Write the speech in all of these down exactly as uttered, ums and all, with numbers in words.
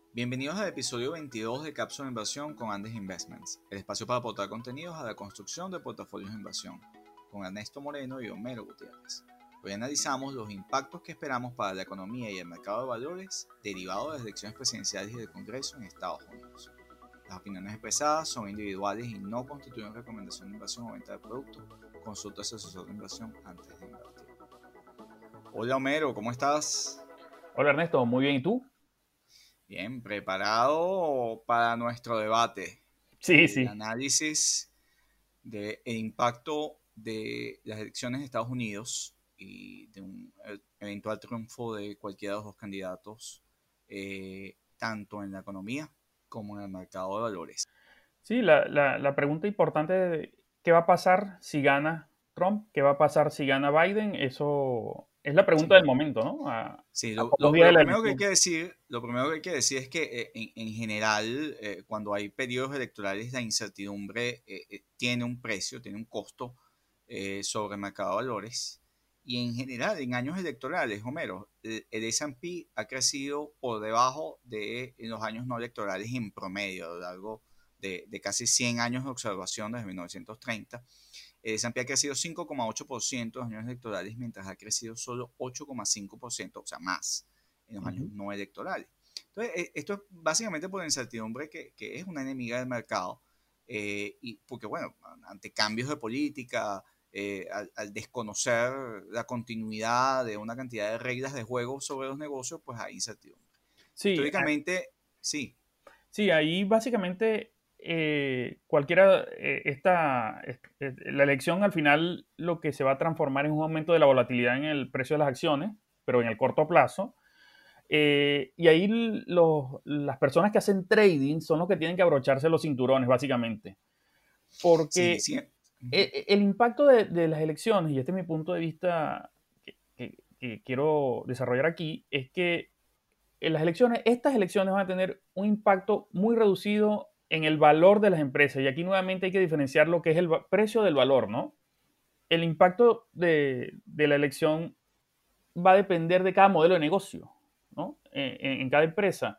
Bienvenidos al episodio veintidós de Cápsula de Inversión con Andes Investments, el espacio para aportar contenidos a la construcción de portafolios de inversión, con Ernesto Moreno y Homero Gutiérrez. Hoy analizamos los impactos que esperamos para la economía y el mercado de valores derivados de las elecciones presidenciales y del Congreso en Estados Unidos. Las opiniones expresadas son individuales y no constituyen recomendación de inversión o venta de productos. Consulta a su asesor de inversión antes de invertir. Hola Homero, ¿cómo estás? Hola Ernesto, muy bien, ¿y tú? Bien, preparado para nuestro debate. Sí, El sí. análisis del impacto de las elecciones de Estados Unidos y de un eventual triunfo de cualquiera de los dos candidatos, eh, tanto en la economía como en el mercado de valores. Sí, la, la, la pregunta importante de qué va a pasar si gana Trump, qué va a pasar si gana Biden, eso es la pregunta del Sí, momento, ¿no? A, sí a lo, pocos lo- días de lo la primero que hay elección. que decir, lo primero que hay que decir es que eh, en, en general, eh, cuando hay periodos electorales, la incertidumbre eh, eh, tiene un precio, tiene un costo eh, sobre el mercado de valores. Y en general, en años electorales, Homero, el, el S and P ha crecido por debajo de en los años no electorales en promedio, a lo largo de, de casi cien años de observación desde mil novecientos treinta. El S and P ha crecido cinco coma ocho por ciento en los años electorales, mientras ha crecido solo ocho coma cinco por ciento, o sea, más en los años Ujú. no electorales. Entonces, eh, esto es básicamente por la incertidumbre que, que es una enemiga del mercado, eh, y porque, bueno, ante cambios de política, eh, al, al, desconocer la continuidad de una cantidad de reglas de juego sobre los negocios, pues hay incertidumbre. Sí, a- Históricamente, sí, sí, ahí básicamente eh, cualquiera, eh, esta, est- eh, la elección al final lo que se va a transformar es un aumento de la volatilidad en el precio de las acciones, pero en el corto plazo. Eh, y ahí los- las personas que hacen trading son los que tienen que abrocharse los cinturones, básicamente. sí, Porque sí. Uh -huh. e- el impacto de, de las elecciones, y este es mi punto de vista que, que- que quiero desarrollar aquí, es que en las elecciones, estas elecciones van a tener un impacto muy reducido en el valor de las empresas. Y aquí nuevamente hay que diferenciar lo que es el va- precio del valor, ¿no? El impacto de, de la elección va a depender de cada modelo de negocio, ¿no? En, en- en cada empresa,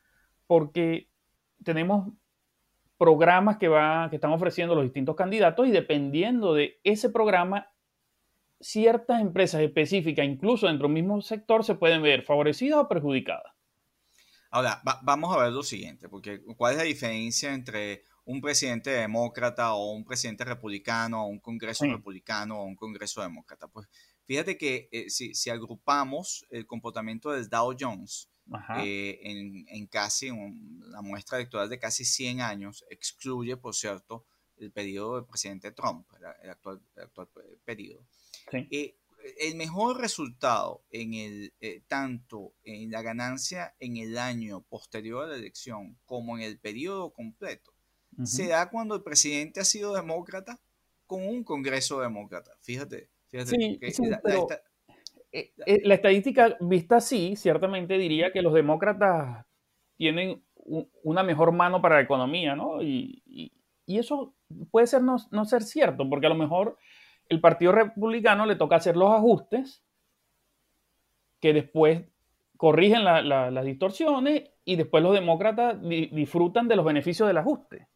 porque tenemos programas que, va, que están ofreciendo los distintos candidatos y dependiendo de ese programa, ciertas empresas específicas, incluso dentro del mismo sector, se pueden ver favorecidas o perjudicadas. Ahora, va- vamos a ver lo siguiente, porque ¿cuál es la diferencia entre un presidente demócrata o un presidente republicano o un congreso Sí. republicano o un congreso demócrata? Pues fíjate que eh, si, si agrupamos el comportamiento del Dow Jones Ajá. eh, en, en casi un- una muestra electoral de casi cien años, excluye, por cierto, el periodo del presidente Trump, el, el actual, el actual periodo. Sí. eh, el mejor resultado en el, eh, tanto en la ganancia en el año posterior a la elección como en el periodo completo se Ujú. da cuando el presidente ha sido demócrata con un congreso demócrata. Fíjate, fíjate Sí, que sí, la, la, pero esta, eh, la, eh, la estadística vista así, ciertamente diría que los demócratas tienen u- una mejor mano para la economía, ¿no? Y, y- y eso puede ser no, no ser cierto, porque a lo mejor el Partido Republicano le toca hacer los ajustes que después corrigen la- la- las distorsiones y después los demócratas di- disfrutan de los beneficios del ajuste.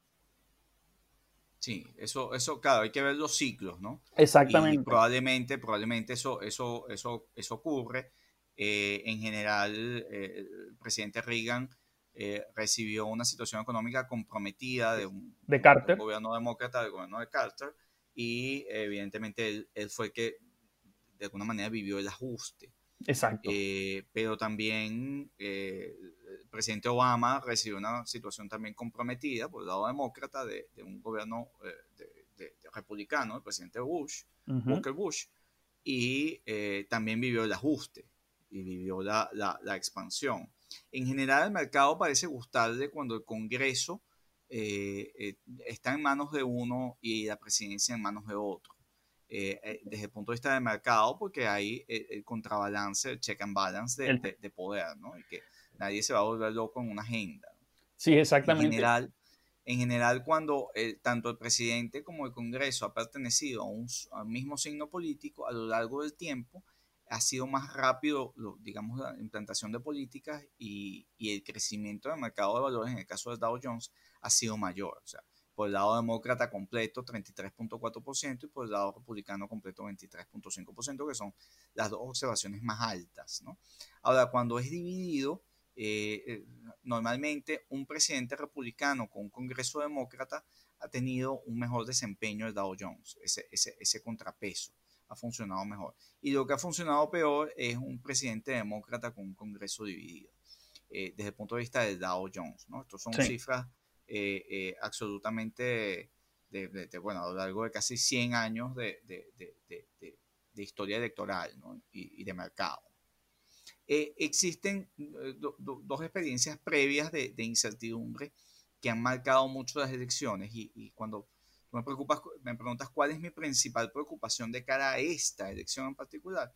sí, eso, eso, claro, hay que ver los ciclos, ¿no? Y Exactamente. probablemente, probablemente eso, eso, eso, eso ocurre. Eh, en general, eh, el presidente Reagan eh, recibió una situación económica comprometida de un, De de un Carter. gobierno demócrata, del gobierno de Carter, y eh, evidentemente él, él fue el que de alguna manera vivió el ajuste. Exacto. Eh, pero también eh, el presidente Obama recibió una situación también comprometida por el lado demócrata de, de un gobierno eh, de, de, de republicano, el presidente Bush, Ujú. Walker Bush, y eh, también vivió el ajuste y vivió la, la, la, expansión. En general, el mercado parece gustarle cuando el Congreso eh, eh, está en manos de uno y la presidencia en manos de otro. Eh, eh, desde el punto de vista del mercado, porque hay el, el contrabalance, el check and balance de, El- de, de, poder, ¿no? Y que nadie se va a volver loco en una agenda. sí, En exactamente. general, en general cuando el, tanto el presidente como el Congreso ha pertenecido a un, al mismo signo político a lo largo del tiempo, ha sido más rápido, lo, digamos, la implantación de políticas y, y el crecimiento del mercado de valores, en el caso de Dow Jones, ha sido mayor. O sea, por el lado demócrata completo treinta y tres punto cuatro por ciento y por el lado republicano completo veintitrés punto cinco por ciento, que son las dos observaciones más altas, ¿no? Ahora, cuando es dividido, eh, eh, normalmente un presidente republicano con un congreso demócrata ha tenido un mejor desempeño del Dow Jones, ese, ese, ese contrapeso ha funcionado mejor. Y lo que ha funcionado peor es un presidente demócrata con un congreso dividido, eh, desde el punto de vista del Dow Jones, ¿no? Estos son Sí. cifras eh, eh, absolutamente, de, de, de, bueno, a lo largo de casi cien años de, de, de, de, de historia electoral, ¿no? y, y de mercado. Eh, existen eh, do, do, dos experiencias previas de, de incertidumbre que han marcado mucho las elecciones y, y cuando tú me, preocupas, me preguntas cuál es mi principal preocupación de cara a esta elección en particular,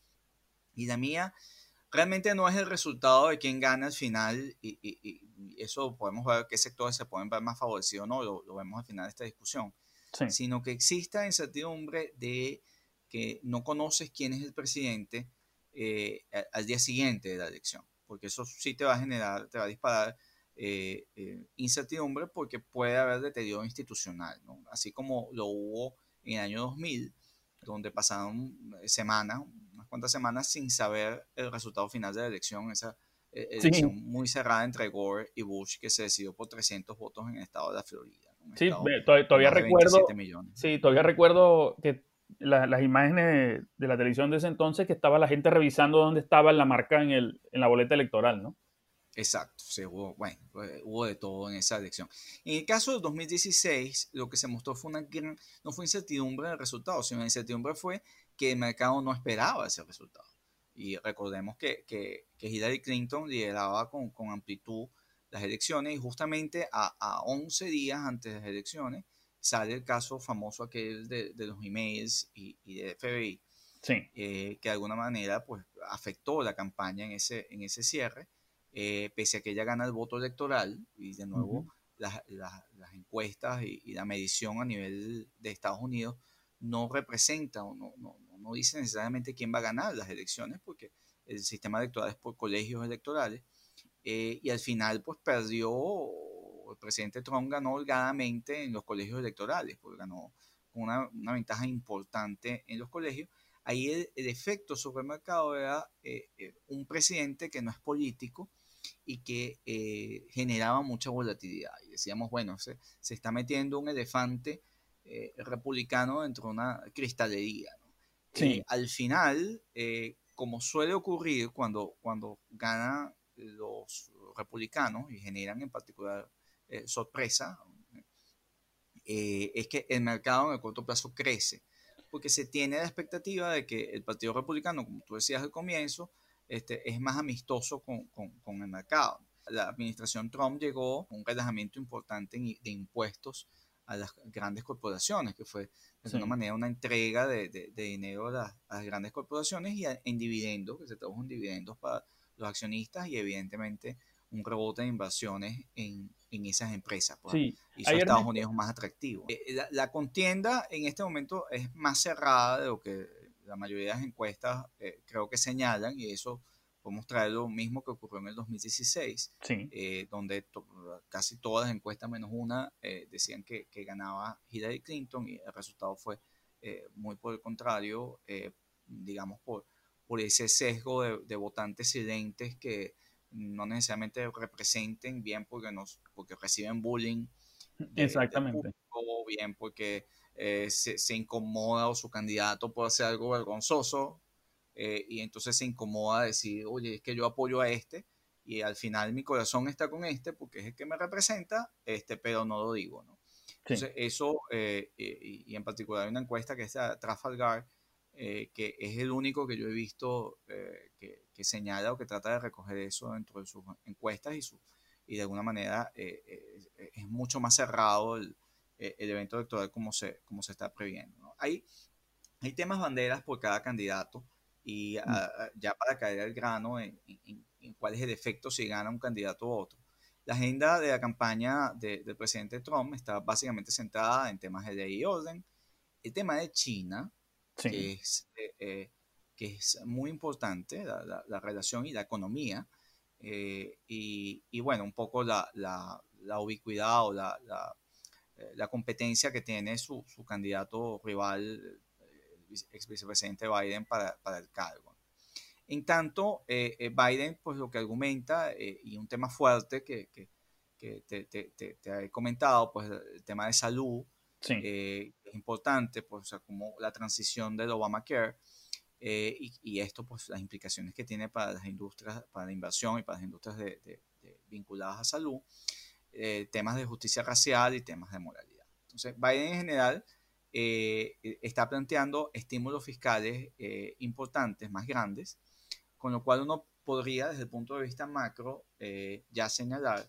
y la mía realmente no es el resultado de quién gana al final, y, y, y eso podemos ver qué sectores se pueden ver más favorecidos o no, lo, lo vemos al final de esta discusión, Sí. sino que exista incertidumbre de que no conoces quién es el presidente eh, al día siguiente de la elección, porque eso sí te va a generar, te va a disparar eh, eh, incertidumbre porque puede haber deterioro institucional, ¿no? Así como lo hubo en el año dos mil, donde pasaron semanas, unas cuantas semanas sin saber el resultado final de la elección, esa eh, Sí, elección muy cerrada entre Gore y Bush que se decidió por trescientos votos en el estado de la Florida, ¿no? Un sí, estado ve- todavía, con todavía más de veintisiete recuerdo, millones. sí, todavía recuerdo que la- las imágenes de la televisión de ese entonces, que estaba la gente revisando dónde estaba la marca en, el, en la boleta electoral, ¿no? Exacto, se hubo, bueno, hubo de todo en esa elección. En el caso del dos mil dieciséis, lo que se mostró fue una gran, no fue incertidumbre del resultado, sino la incertidumbre fue que el mercado no esperaba ese resultado. Y recordemos que, que, que Hillary Clinton lideraba con, con amplitud las elecciones y justamente a, a once días antes de las elecciones sale el caso famoso aquel de, de los emails y, y de F B I, Sí. eh, que de alguna manera pues, afectó la campaña en ese, en ese cierre, eh, pese a que ella gana el voto electoral y de nuevo Ujú. las, las, las encuestas y, y, la medición a nivel de Estados Unidos no representa o no, no, no dice necesariamente quién va a ganar las elecciones porque el sistema electoral es por colegios electorales, eh, y al final pues perdió, el presidente Trump ganó holgadamente en los colegios electorales, porque ganó con una, una ventaja importante en los colegios. Ahí el, el efecto sobre el mercado era eh, eh, un presidente que no es político y que eh, generaba mucha volatilidad. Y decíamos, bueno, se, se está metiendo un elefante eh, republicano dentro de una cristalería, ¿no? Eh, Sí. al final, eh, como suele ocurrir cuando, cuando ganan los republicanos y generan en particular eh, sorpresa, eh, es que el mercado en el corto plazo crece, porque se tiene la expectativa de que el Partido Republicano, como tú decías al comienzo, este, es más amistoso con, con, con el mercado. La administración Trump llegó con un relajamiento importante de impuestos a las grandes corporaciones, que fue de alguna Sí. manera una entrega de, de, de dinero a las, a las, grandes corporaciones y a, en dividendos, que se tradujo en dividendos para los accionistas y evidentemente un rebote de inversiones en, en esas empresas. Pues, Sí. hizo a Ayer Estados me... Unidos más atractivo. Eh, la, la, contienda en este momento es más cerrada de lo que la mayoría de las encuestas eh, creo que señalan, y eso podemos traer lo mismo que ocurrió en el dos mil dieciséis, Sí. eh, donde to casi todas las encuestas menos una eh, decían que, que, ganaba Hillary Clinton y el resultado fue eh, muy por el contrario, eh, digamos por, por ese sesgo de, de votantes silentes que no necesariamente representen bien porque, nos, porque reciben bullying de, del Exactamente. público, bien porque eh, se, se, incomoda o su candidato puede hacer algo vergonzoso, eh, y entonces se incomoda decir, oye, es que yo apoyo a este y al final mi corazón está con este porque es el que me representa, este, pero no lo digo, ¿no? Sí. Entonces eso, eh, y, y en particular hay una encuesta que es la Trafalgar, eh, que es el único que yo he visto eh, que, que señala o que trata de recoger eso dentro de sus encuestas y, su, y de alguna manera eh, eh, es mucho más cerrado el, el evento electoral como se, como se está previendo, ¿no? Hay, hay temas banderas por cada candidato y Mm. uh, ya para caer al grano en, en, en, cuál es el efecto si gana un candidato u otro. La agenda de la campaña de, del presidente Trump está básicamente centrada en temas de ley y orden. El tema de China, Sí. que es eh, eh, que es muy importante, la, la, la relación y la economía, eh, y, y, bueno, un poco la, la, la ubicuidad o la, la, eh, la, competencia que tiene su, su candidato rival, el ex vicepresidente Biden, para, para el cargo. En tanto, eh, eh, Biden, pues lo que argumenta, eh, y un tema fuerte que, que, que te, te, te, te, he comentado, pues el tema de salud, Sí. eh, es importante, pues, o sea, como la transición del Obamacare, eh, y, y esto, pues las implicaciones que tiene para las industrias, para la inversión y para las industrias de, de, de vinculadas a salud, eh, temas de justicia racial y temas de moralidad. Entonces, Biden en general eh, está planteando estímulos fiscales eh, importantes, más grandes, con lo cual uno podría, desde el punto de vista macro, eh, ya señalar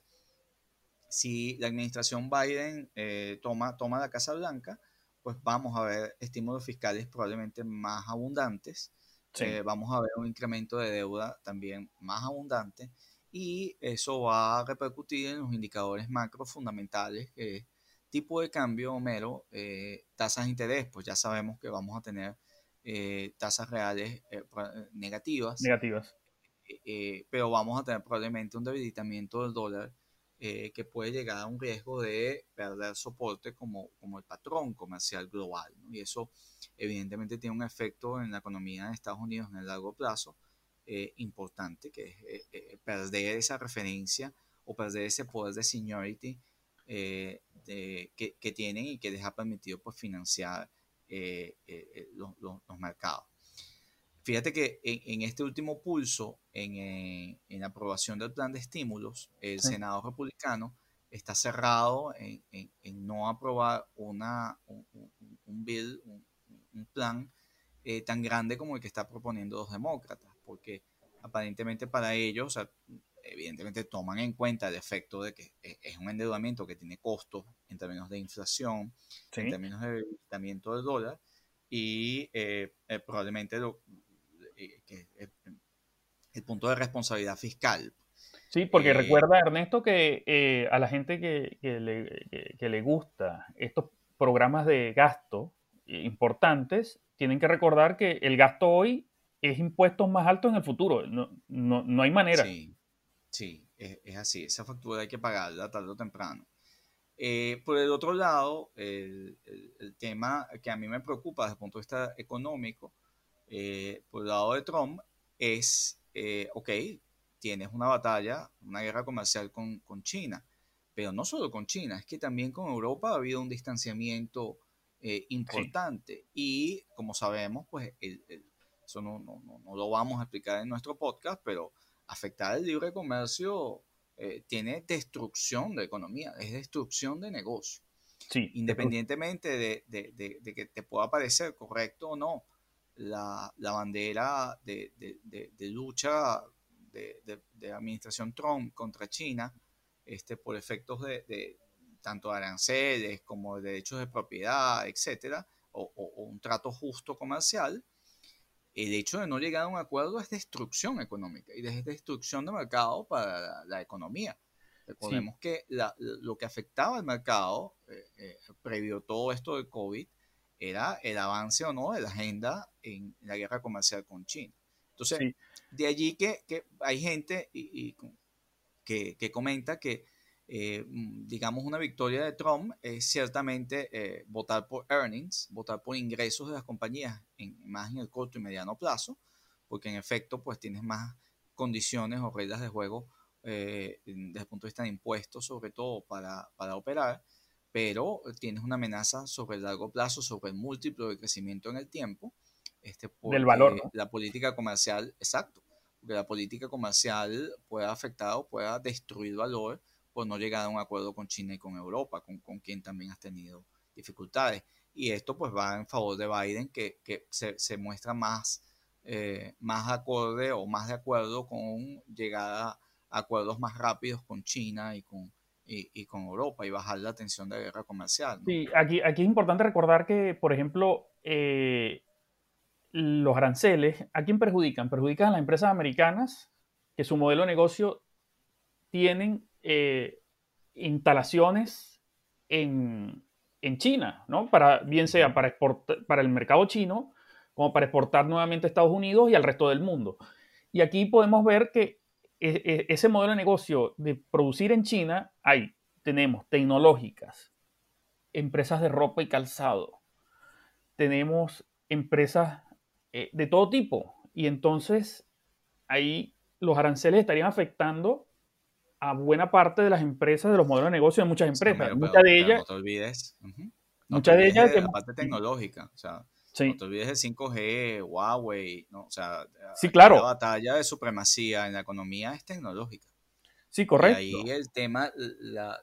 si la administración Biden eh, toma, toma la Casa Blanca, pues vamos a ver estímulos fiscales probablemente más abundantes, Sí. eh, vamos a ver un incremento de deuda también más abundante, y eso va a repercutir en los indicadores macro fundamentales, que es tipo de cambio, Homero, eh, tasas de interés, pues ya sabemos que vamos a tener eh, tasas reales eh, negativas, Negativas. eh, pero vamos a tener probablemente un debilitamiento del dólar, eh, que puede llegar a un riesgo de perder soporte como, como el patrón comercial global, ¿no? Y eso evidentemente tiene un efecto en la economía de Estados Unidos en el largo plazo eh, importante, que es eh, eh, perder esa referencia o perder ese poder de seniority eh, de, que, que, tienen y que les ha permitido pues, financiar eh, eh, los, los, los mercados. Fíjate que en, en este último pulso, en, eh, en la aprobación del plan de estímulos, el Sí. Senado republicano está cerrado en, en, en no aprobar una, un, un, un bill, un, un plan eh, tan grande como el que está proponiendo los demócratas, porque aparentemente para ellos, o sea, evidentemente toman en cuenta el efecto de que es un endeudamiento que tiene costos en términos de inflación, Sí. en términos de debilitamiento del dólar, y eh, eh, probablemente lo, eh, que es el punto de responsabilidad fiscal. Sí, porque Eh, recuerda, Ernesto, que eh, a la gente que, que, le, que, que le gusta estos programas de gasto importantes, tienen que recordar que el gasto hoy es impuestos más altos en el futuro. No, no, no hay manera. sí, sí, es, es, así. Esa factura hay que pagarla tarde o temprano. Eh, por el otro lado, el, el, el, tema que a mí me preocupa desde el punto de vista económico, eh, por el lado de Trump, es, eh, ok, tienes una batalla, una guerra comercial con, con China, pero no solo con China, es que también con Europa ha habido un distanciamiento eh, Sí, importante, y como sabemos, pues el, el, eso no, no, no, no lo vamos a explicar en nuestro podcast, pero afectar el libre comercio eh, tiene destrucción de economía, es destrucción de negocio. sí, Independientemente de, de, de, de que te pueda parecer correcto o no la, la bandera de, de, de lucha de, de, administración Trump contra China, este, por efectos de, de tanto aranceles como de derechos de propiedad, etcétera, o, o, o un trato justo comercial, el hecho de no llegar a un acuerdo es destrucción económica y es destrucción de mercado para la, la economía. sí, Recordemos que la, lo que afectaba al mercado eh, eh, previo a todo esto del COVID era el avance o no de la agenda en la guerra comercial con China. Entonces, sí, de allí que, que hay gente y, y que, que, comenta que, eh, digamos, una victoria de Trump es ciertamente eh, votar por earnings, votar por ingresos de las compañías en, más en el corto y mediano plazo, porque en efecto, pues tienes más condiciones o reglas de juego eh, desde el punto de vista de impuestos, sobre todo para, para operar, pero tienes una amenaza sobre el largo plazo, sobre el múltiplo de crecimiento en el tiempo, este, del valor, porque ¿no? la política comercial, exacto, porque la política comercial pueda afectar o pueda destruir valor por no llegar a un acuerdo con China y con Europa, con, con quien también has tenido dificultades. Y esto pues va en favor de Biden, que, que se, se muestra más, eh, más acorde o más de acuerdo con llegar a acuerdos más rápidos con China y con, y, y con Europa y bajar la tensión de guerra comercial, ¿no? Sí, aquí, aquí es importante recordar que, por ejemplo, eh, los aranceles, ¿a quién perjudican? Perjudican a las empresas americanas que su modelo de negocio tienen eh, instalaciones en, en China, ¿no? Para, bien sea para, export, para el mercado chino como para exportar nuevamente a Estados Unidos y al resto del mundo. Y aquí podemos ver que ese modelo de negocio de producir en China, ahí tenemos tecnológicas, empresas de ropa y calzado, tenemos empresas eh, de todo tipo. Y entonces ahí los aranceles estarían afectando a buena parte de las empresas, de los modelos de negocio de muchas Sí, empresas. Homero, Muchas pero, de pero ellas, no te olvides, ujú, no te muchas de olvides ellas de que la hemos, parte tecnológica, o sea, no sí, te olvides de cinco G, Huawei, ¿no? O sea, sí, aquí la claro, batalla de supremacía en la economía es tecnológica. sí, Y ahí correcto. el tema, la,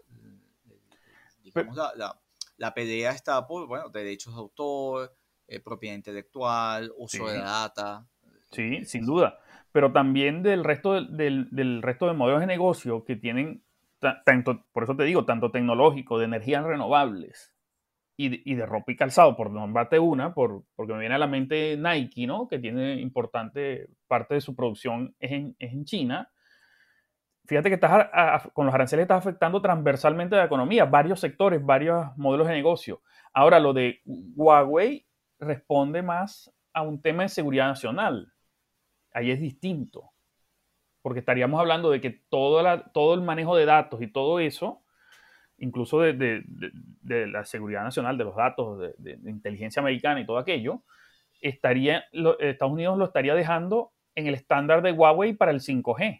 Pero, digamos, la, la, la pelea está por, bueno, derechos de autor, eh, propiedad intelectual, uso de la sí, data. sí, eh, sin duda. Pero también del resto del, del, del resto de modelos de negocio que tienen, ta- tanto, por eso te digo, tanto tecnológico, de energías renovables y de, y de ropa y calzado, por nombrarte una, por, porque me viene a la mente Nike, ¿no? Que tiene importante parte de su producción es en, es en China. Fíjate que estás a, a, con los aranceles estás afectando transversalmente a la economía, varios sectores, varios modelos de negocio. Ahora, lo de Huawei responde más a un tema de seguridad nacional. Ahí es distinto, porque estaríamos hablando de que todo, la, todo el manejo de datos y todo eso, incluso de, de, de, de la seguridad nacional, de los datos, de, de, de inteligencia americana y todo aquello, estaría, lo, Estados Unidos lo estaría dejando en el estándar de Huawei para el cinco G.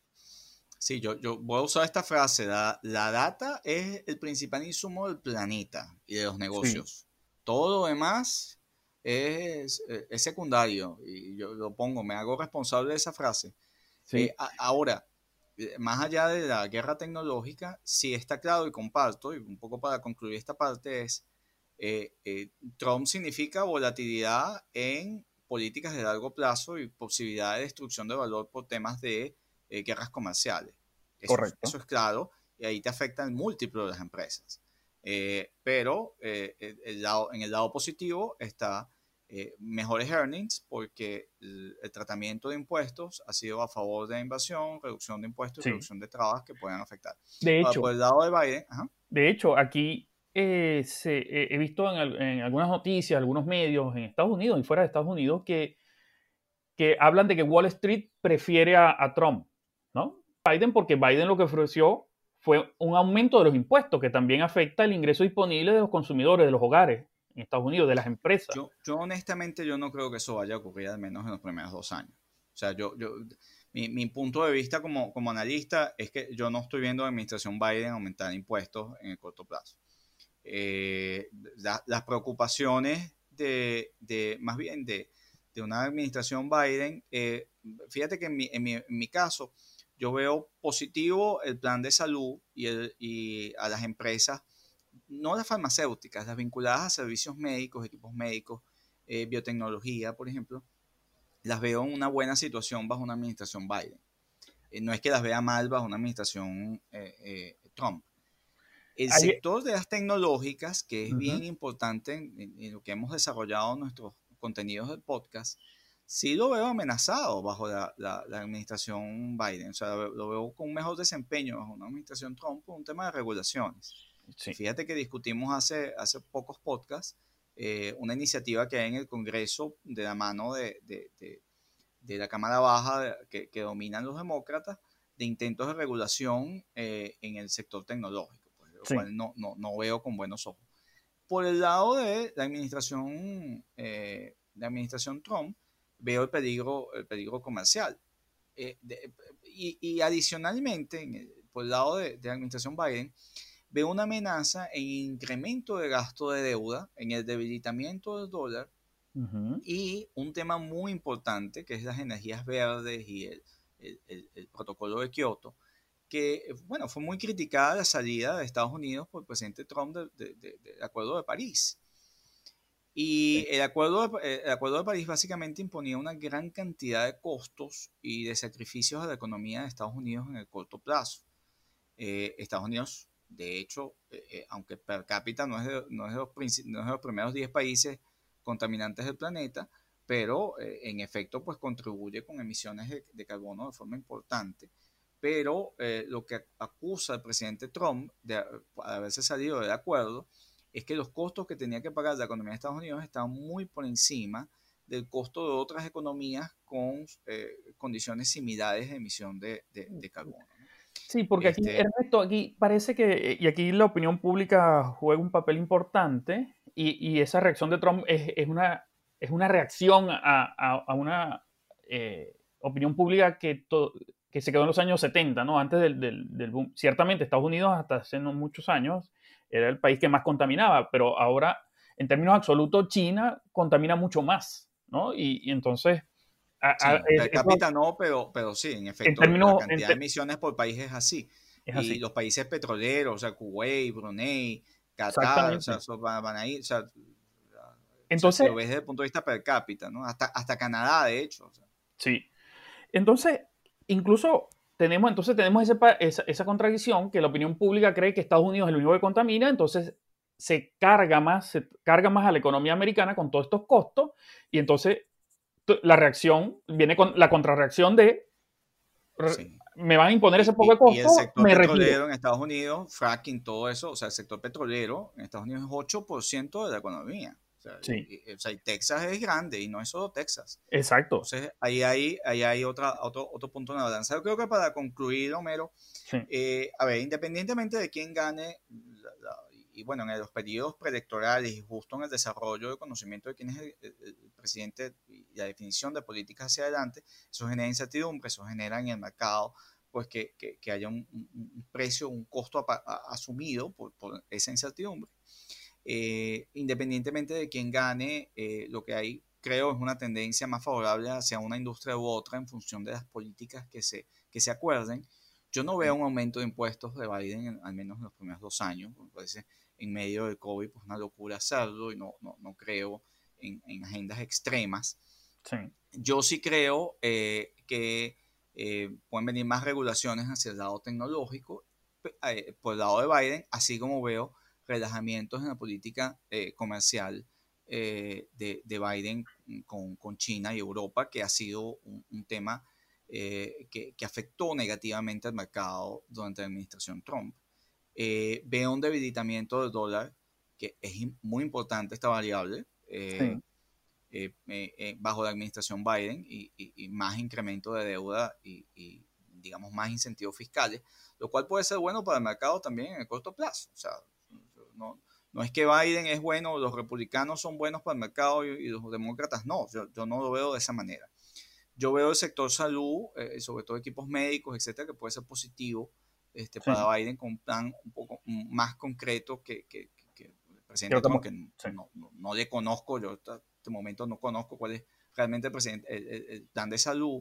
Sí, yo, yo voy a usar esta frase. La, la data es el principal insumo del planeta y de los Sí, negocios. Todo lo demás es, eh, es secundario. Y yo lo pongo, me hago responsable de esa frase. Eh, sí, a- ahora, eh, más allá de la guerra tecnológica, sí está claro y comparto, y un poco para concluir esta parte es, eh, eh, Trump significa volatilidad en políticas de largo plazo y posibilidad de destrucción de valor por temas de eh, guerras comerciales. Eso, correcto. eso es claro y ahí te afectan múltiples de las empresas. Eh, pero eh, el, el lado, en el lado positivo está eh, mejores earnings porque el, el, tratamiento de impuestos ha sido a favor de la inversión, reducción de impuestos y Sí. reducción de trabas que puedan afectar. De Ahora, hecho, por el lado de Biden, ajá, de hecho, aquí eh, se, eh, he visto en, al- en algunas noticias, algunos medios en Estados Unidos y fuera de Estados Unidos que, que hablan de que Wall Street prefiere a, a Trump, ¿no? Biden, porque Biden lo que ofreció fue un aumento de los impuestos que también afecta el ingreso disponible de los consumidores, de los hogares en Estados Unidos, de las empresas. yo, yo honestamente yo no creo que eso vaya a ocurrir al menos en los primeros dos años. O sea, yo, yo mi, mi punto de vista como, como analista es que yo no estoy viendo a la administración Biden aumentar impuestos en el corto plazo. Eh, la, las preocupaciones de, de, más bien de, de una administración Biden, eh, fíjate que en mi, en, mi, en mi, caso yo veo positivo el plan de salud y, el, y a las empresas, no las farmacéuticas, las vinculadas a servicios médicos, equipos médicos, eh, biotecnología, por ejemplo, las veo en una buena situación bajo una administración Biden. Eh, no es que las vea mal bajo una administración eh, eh, Trump. El Ahí, sector de las tecnológicas, que es bien uh-huh. importante en, en, en, lo que hemos desarrollado en nuestros contenidos del podcast, sí lo veo amenazado bajo la, la, la administración Biden. O sea, lo, lo, veo con un mejor desempeño bajo una administración Trump por un tema de regulaciones. Y Sí. fíjate que discutimos hace, hace pocos podcasts eh, una iniciativa que hay en el Congreso de la mano de, de, de, de la Cámara Baja de, que, que dominan los demócratas de intentos de regulación eh, en el sector tecnológico, pues, lo Sí. cual no, no, no, veo con buenos ojos. Por el lado de la administración, eh, la administración Trump, veo el peligro, el peligro comercial. Eh, de, y, y, adicionalmente, en el, por el lado de, de la administración Biden, veo una amenaza en incremento de gasto de deuda, en el debilitamiento del dólar, Uh-huh. y un tema muy importante que es las energías verdes y el, el, el, el protocolo de Kioto, que bueno, fue muy criticada la salida de Estados Unidos por el presidente Trump del de, de, de Acuerdo de París. Y Sí. el acuerdo, de, el acuerdo de París básicamente imponía una gran cantidad de costos y de sacrificios a la economía de Estados Unidos en el corto plazo. Eh, Estados Unidos, de hecho, eh, eh, aunque per cápita no es, de, no, es de los, no es de los primeros diez países contaminantes del planeta, pero eh, en efecto pues contribuye con emisiones de, de carbono de forma importante. Pero eh, lo que acusa el presidente Trump de, de haberse salido del acuerdo es que los costos que tenía que pagar la economía de Estados Unidos estaban muy por encima del costo de otras economías con eh, condiciones similares de emisión de, de, de carbono, ¿no? Sí, porque aquí, Este, Ernesto, aquí parece que, y aquí la opinión pública juega un papel importante, y, y esa reacción de Trump es, es, una, es una reacción a, a, a una eh, opinión pública que, to, que se quedó en los años setenta, ¿no? Antes del, del, del boom. Ciertamente, Estados Unidos hasta hace no muchos años era el país que más contaminaba, pero ahora, en términos absolutos, China contamina mucho más, ¿no? Y, y entonces, a, a, sí, per eso, cápita no, pero, pero sí, en en efecto, la términos, en cantidad de ter, emisiones por país es así. es Y así, los países petroleros, o sea, Kuwait, Brunei, Qatar, o sea, exactamente. eso van, van a ir, o sea, o sea, si Entonces, lo ves desde el punto de vista per cápita, ¿no? Hasta, hasta Canadá, de hecho. O sea. sí. Entonces, incluso tenemos, entonces tenemos ese, esa, esa contradicción que la opinión pública cree que Estados Unidos es el único que contamina, entonces se carga más, se carga más a la economía americana con todos estos costos, y entonces la reacción viene con la contrarreacción de Sí. me van a imponer ese Y, poco de y, y el costo, sector me retiro. petrolero en Estados Unidos, fracking, todo eso, o sea, el sector petrolero en Estados Unidos es ocho por ciento de la economía. O sea, Sí, y, y, o sea, y Texas es grande y no es solo Texas. exacto. Entonces, ahí hay, ahí hay otra, otro, otro punto en la balanza. Yo creo que para concluir, Homero, Sí, eh, a ver, independientemente de quién gane, la, la, y bueno, en los periodos preelectorales y justo en el desarrollo de conocimiento de quién es el, el, el presidente y la definición de políticas hacia adelante, eso genera incertidumbre, eso genera en el mercado pues que, que, que haya un, un, un, precio, un costo a, a, asumido por, por, esa incertidumbre. Eh, independientemente de quién gane, eh, lo que hay, creo, es una tendencia más favorable hacia una industria u otra en función de las políticas que se, que se acuerden. Yo no veo un aumento de impuestos de Biden, en, al menos en los primeros dos años. Me parece en medio del COVID pues una locura hacerlo y no, no, no creo en, en agendas extremas. sí. Yo sí creo eh, que eh, pueden venir más regulaciones hacia el lado tecnológico eh, por el lado de Biden, así como veo relajamientos en la política eh, comercial eh, de, de, Biden con, con, China y Europa, que ha sido un, un tema eh, que, que, afectó negativamente al mercado durante la administración Trump. Eh, veo un debilitamiento del dólar, que es muy importante esta variable. Eh, Sí. eh, eh, bajo la administración Biden y, y, y más incremento de deuda y, y, digamos, más incentivos fiscales, lo cual puede ser bueno para el mercado también en el corto plazo. O sea, no, no es que Biden es bueno, los republicanos son buenos para el mercado y, y los demócratas no, yo, yo no lo veo de esa manera. Yo veo el sector salud, eh, sobre todo equipos médicos, etcétera, que puede ser positivo este, Sí. para Biden con un plan un poco más concreto que, que, que el presidente Creo Trump, que, que sí. no, no, no le conozco, yo hasta este momento no conozco cuál es realmente el, presidente, el, el, el plan de salud.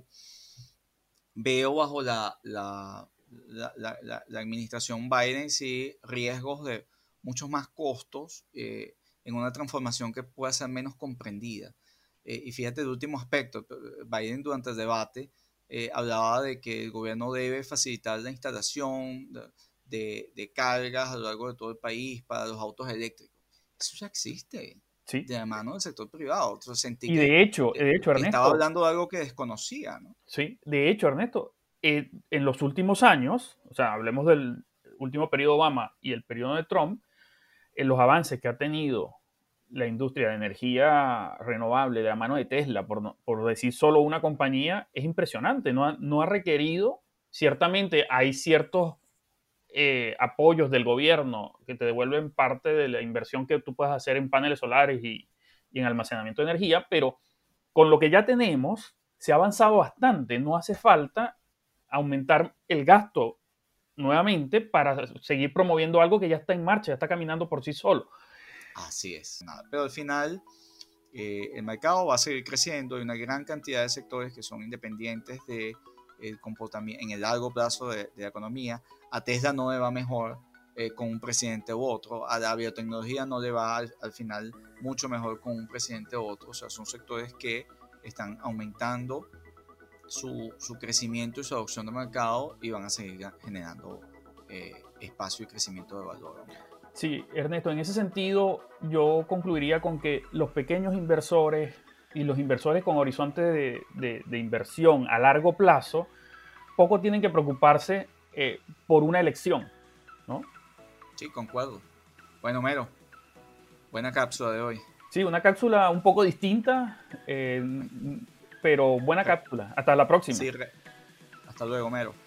Veo bajo la, la, la, la, la, la administración Biden sí riesgos de muchos más costos eh, en una transformación que pueda ser menos comprendida. Eh, y fíjate el último aspecto, Biden durante el debate eh, hablaba de que el gobierno debe facilitar la instalación de, de, de cargas a lo largo de todo el país para los autos eléctricos. Eso ya existe, Sí. de la mano del sector privado. Entonces sentí Y que, de hecho, que, de hecho, que estaba Ernesto, hablando de algo que desconocía, ¿no? sí, de hecho, Ernesto, eh, en los últimos años, o sea, hablemos del último periodo Obama y el periodo de Trump, en los avances que ha tenido la industria de energía renovable de la mano de Tesla, por, no, por decir solo una compañía, es impresionante. No ha, no ha requerido, ciertamente hay ciertos eh, apoyos del gobierno que te devuelven parte de la inversión que tú puedes hacer en paneles solares y, y en almacenamiento de energía, pero con lo que ya tenemos se ha avanzado bastante. No hace falta aumentar el gasto nuevamente para seguir promoviendo algo que ya está en marcha, ya está caminando por sí solo. Así es. Nada. Pero al final eh, el mercado va a seguir creciendo. Hay una gran cantidad de sectores que son independientes de el comportamiento en el largo plazo de, de la economía. A Tesla no le va mejor eh, con un presidente u otro. A la biotecnología no le va al, al final mucho mejor con un presidente u otro. O sea, son sectores que están aumentando su, su crecimiento y su adopción de mercado y van a seguir generando eh, espacio y crecimiento de valor. Sí, Ernesto, en ese sentido yo concluiría con que los pequeños inversores y los inversores con horizonte de, de, de inversión a largo plazo poco tienen que preocuparse eh, por una elección, ¿no? Sí, concuerdo. Bueno, Mero, buena cápsula de hoy. Sí, una cápsula un poco distinta, eh, pero buena cápsula. Hasta la próxima. Sí, hasta luego, Mero.